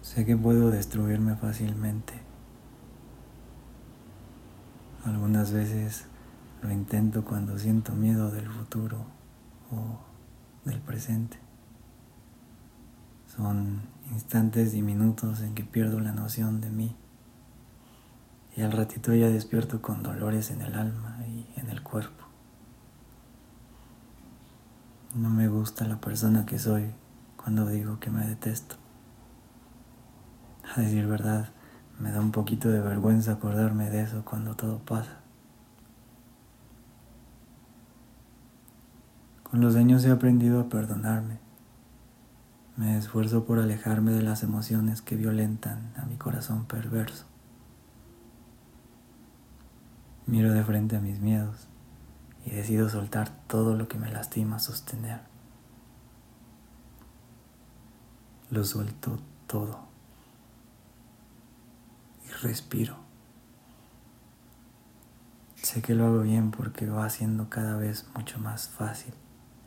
Sé que puedo destruirme fácilmente. Algunas veces lo intento cuando siento miedo del futuro o del presente. Son instantes diminutos en que pierdo la noción de mí y al ratito ya despierto con dolores en el alma y en el cuerpo. No me gusta la persona que soy cuando digo que me detesto. A decir verdad, me da un poquito de vergüenza acordarme de eso cuando todo pasa. Con los años he aprendido a perdonarme. Me esfuerzo por alejarme de las emociones que violentan a mi corazón perverso. Miro de frente a mis miedos y decido soltar todo lo que me lastima sostener. Lo suelto todo y respiro. Sé que lo hago bien porque va siendo cada vez mucho más fácil.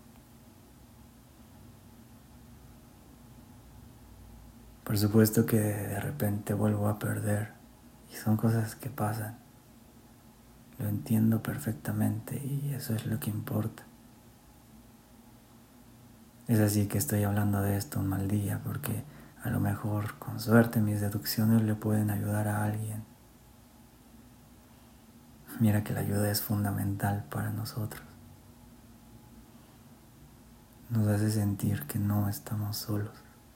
Por supuesto que de repente vuelvo a perder y son cosas que pasan. Lo entiendo perfectamente y eso es lo que importa. Es así que estoy hablando de esto un mal día porque a lo mejor con suerte mis deducciones le pueden ayudar a alguien. Mira que la ayuda es fundamental para nosotros. Nos hace sentir que no estamos solos.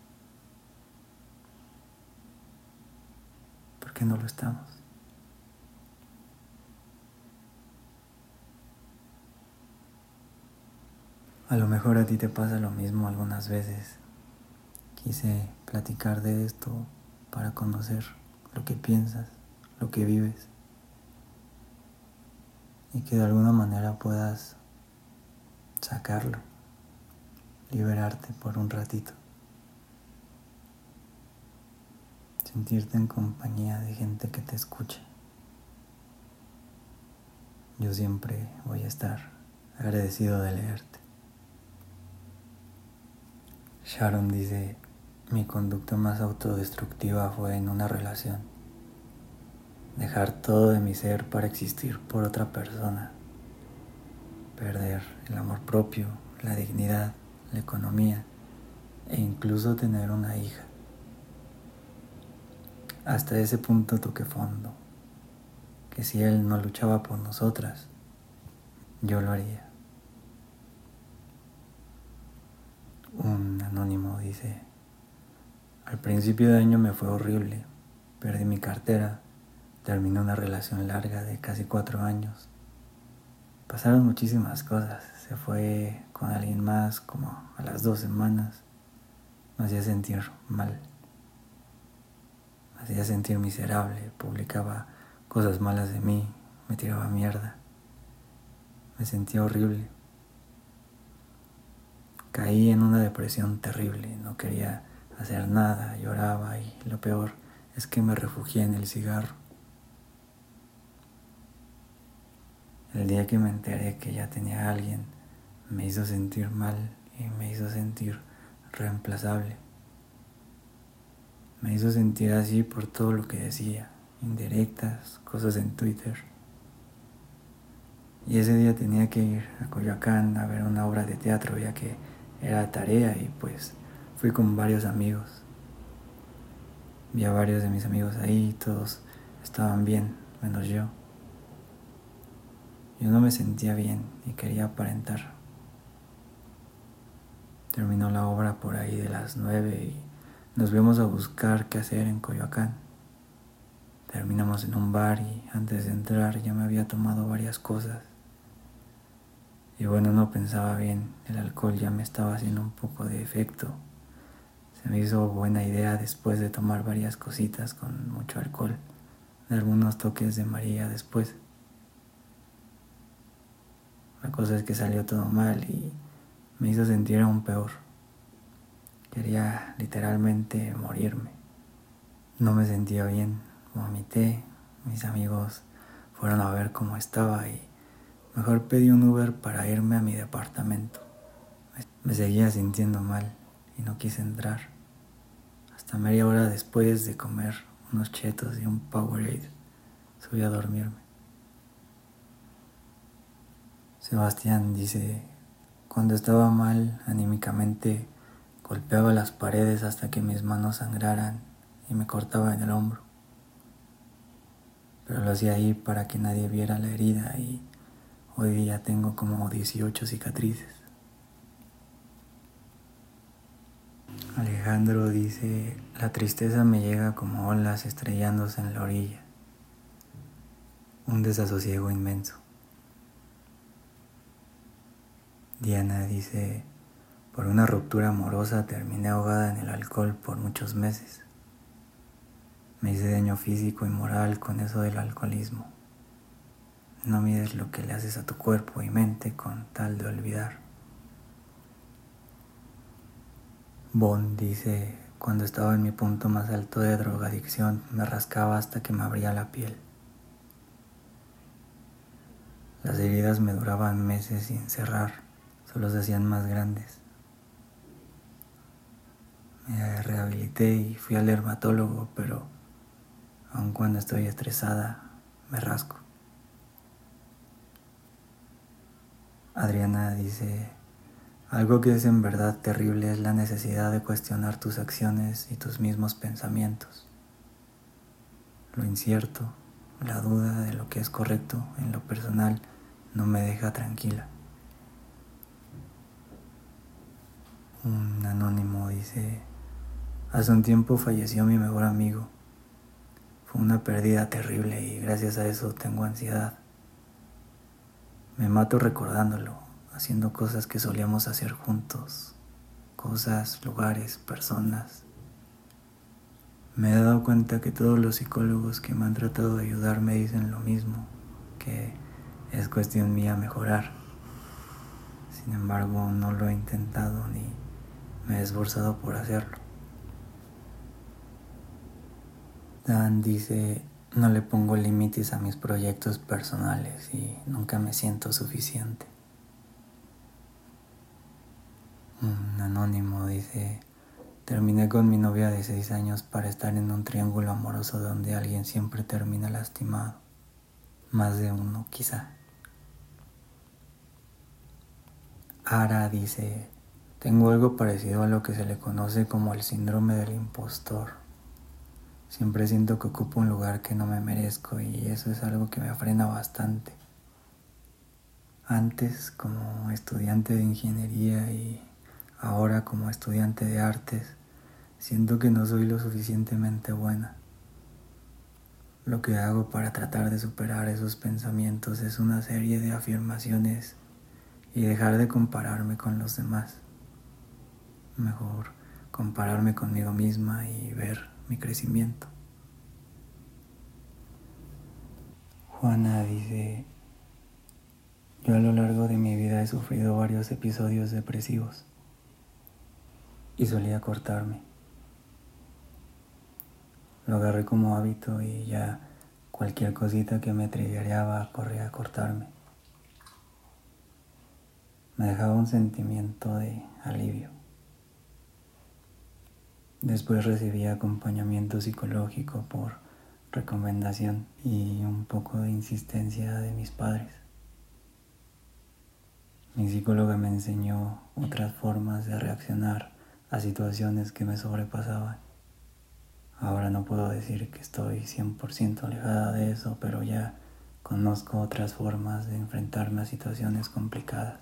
¿Por qué no lo estamos? A lo mejor a ti te pasa lo mismo algunas veces. Quise platicar de esto para conocer lo que piensas, lo que vives y que de alguna manera puedas sacarlo, liberarte por un ratito, sentirte en compañía de gente que te escuche. Yo siempre voy a estar agradecido de leerte. Sharon dice, mi conducta más autodestructiva fue en una relación. Dejar todo de mi ser para existir por otra persona. Perder el amor propio, la dignidad, la economía e incluso tener una hija. Hasta ese punto toqué fondo, que si él no luchaba por nosotras, yo lo haría. Un anónimo dice, al principio de año me fue horrible, perdí mi cartera, terminé una relación larga de casi 4 años. Pasaron muchísimas cosas, se fue con alguien más como a las 2 semanas, me hacía sentir mal, me hacía sentir miserable, publicaba cosas malas de mí, me tiraba mierda, me sentía horrible. Caí en una depresión terrible, no quería hacer nada, lloraba y lo peor es que me refugié en el cigarro. El día que me enteré que ya tenía a alguien, me hizo sentir mal y me hizo sentir reemplazable. Me hizo sentir así por todo lo que decía, indirectas, cosas en Twitter. Y ese día tenía que ir a Coyoacán a ver una obra de teatro ya que era tarea y pues fui con varios amigos. Vi a varios de mis amigos ahí y todos estaban bien, menos yo. Yo no me sentía bien y quería aparentar. Terminó la obra por ahí de las 9 y nos fuimos a buscar qué hacer en Coyoacán. Terminamos en un bar y antes de entrar ya me había tomado varias cosas. Y bueno, no pensaba bien, el alcohol ya me estaba haciendo un poco de efecto. Se me hizo buena idea después de tomar varias cositas con mucho alcohol, de algunos toques de María después. La cosa es que salió todo mal y me hizo sentir aún peor. Quería literalmente morirme. No me sentía bien, vomité, mis amigos fueron a ver cómo estaba y mejor pedí un Uber para irme a mi departamento. Me seguía sintiendo mal y no quise entrar. A media hora después de comer unos chetos y un Powerade, subí a dormirme. Sebastián dice, cuando estaba mal anímicamente, golpeaba las paredes hasta que mis manos sangraran y me cortaba en el hombro. Pero lo hacía ahí para que nadie viera la herida y hoy día tengo como 18 cicatrices. Alejandro dice, la tristeza me llega como olas estrellándose en la orilla. Un desasosiego inmenso. Diana dice, por una ruptura amorosa terminé ahogada en el alcohol por muchos meses. Me hice daño físico y moral con eso del alcoholismo. No mides lo que le haces a tu cuerpo y mente con tal de olvidar. Bond dice, cuando estaba en mi punto más alto de drogadicción me rascaba hasta que me abría la piel. Las heridas me duraban meses sin cerrar, solo se hacían más grandes. Me rehabilité y fui al dermatólogo, pero aun cuando estoy estresada, me rasco. Adriana dice, algo que es en verdad terrible es la necesidad de cuestionar tus acciones y tus mismos pensamientos. Lo incierto, la duda de lo que es correcto en lo personal no me deja tranquila. Un anónimo dice, hace un tiempo falleció mi mejor amigo. Fue una pérdida terrible y gracias a eso tengo ansiedad. Me mato recordándolo, haciendo cosas que solíamos hacer juntos, cosas, lugares, personas. Me he dado cuenta que todos los psicólogos que me han tratado de ayudar me dicen lo mismo, que es cuestión mía mejorar. Sin embargo, no lo he intentado ni me he esforzado por hacerlo. Dan dice, no le pongo límites a mis proyectos personales y nunca me siento suficiente. Un anónimo dice, terminé con mi novia de 6 años para estar en un triángulo amoroso donde alguien siempre termina lastimado. Más de uno, quizá. Ara dice, tengo algo parecido a lo que se le conoce como el síndrome del impostor. Siempre siento que ocupo un lugar que no me merezco y eso es algo que me frena bastante. Antes como estudiante de ingeniería y ahora como estudiante de artes, siento que no soy lo suficientemente buena. Lo que hago para tratar de superar esos pensamientos es una serie de afirmaciones y dejar de compararme con los demás. Mejor compararme conmigo misma y ver mi crecimiento. Juana dice, yo a lo largo de mi vida he sufrido varios episodios depresivos y solía cortarme. Lo agarré como hábito y ya cualquier cosita que me triggereaba corría a cortarme. Me dejaba un sentimiento de alivio. Después recibí acompañamiento psicológico por recomendación y un poco de insistencia de mis padres. Mi psicóloga me enseñó otras formas de reaccionar a situaciones que me sobrepasaban. Ahora no puedo decir que estoy 100% alejada de eso, pero ya conozco otras formas de enfrentarme a situaciones complicadas.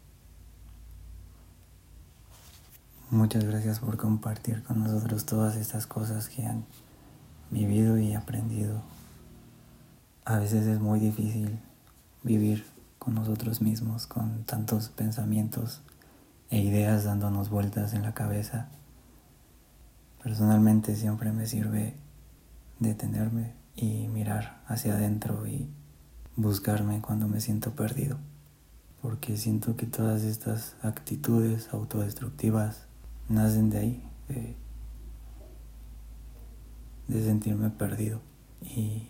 Muchas gracias por compartir con nosotros todas estas cosas que han vivido y aprendido. A veces es muy difícil vivir con nosotros mismos, con tantos pensamientos e ideas dándonos vueltas en la cabeza. Personalmente siempre me sirve detenerme y mirar hacia adentro y buscarme cuando me siento perdido, porque siento que todas estas actitudes autodestructivas nacen de ahí, de sentirme perdido, y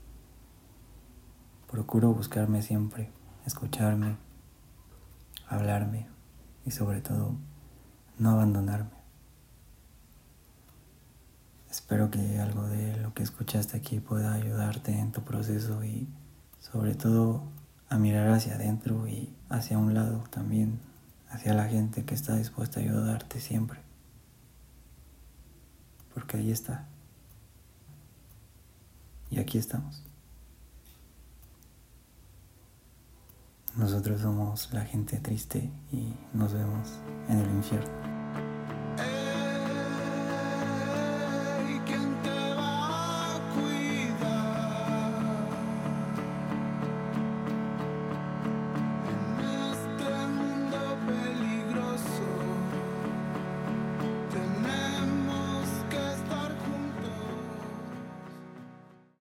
procuro buscarme siempre, escucharme, hablarme y sobre todo no abandonarme. Espero que algo de lo que escuchaste aquí pueda ayudarte en tu proceso y sobre todo a mirar hacia adentro y hacia un lado también, hacia la gente que está dispuesta a ayudarte siempre. Porque ahí está. Y aquí estamos. Nosotros somos la gente triste y nos vemos en el infierno.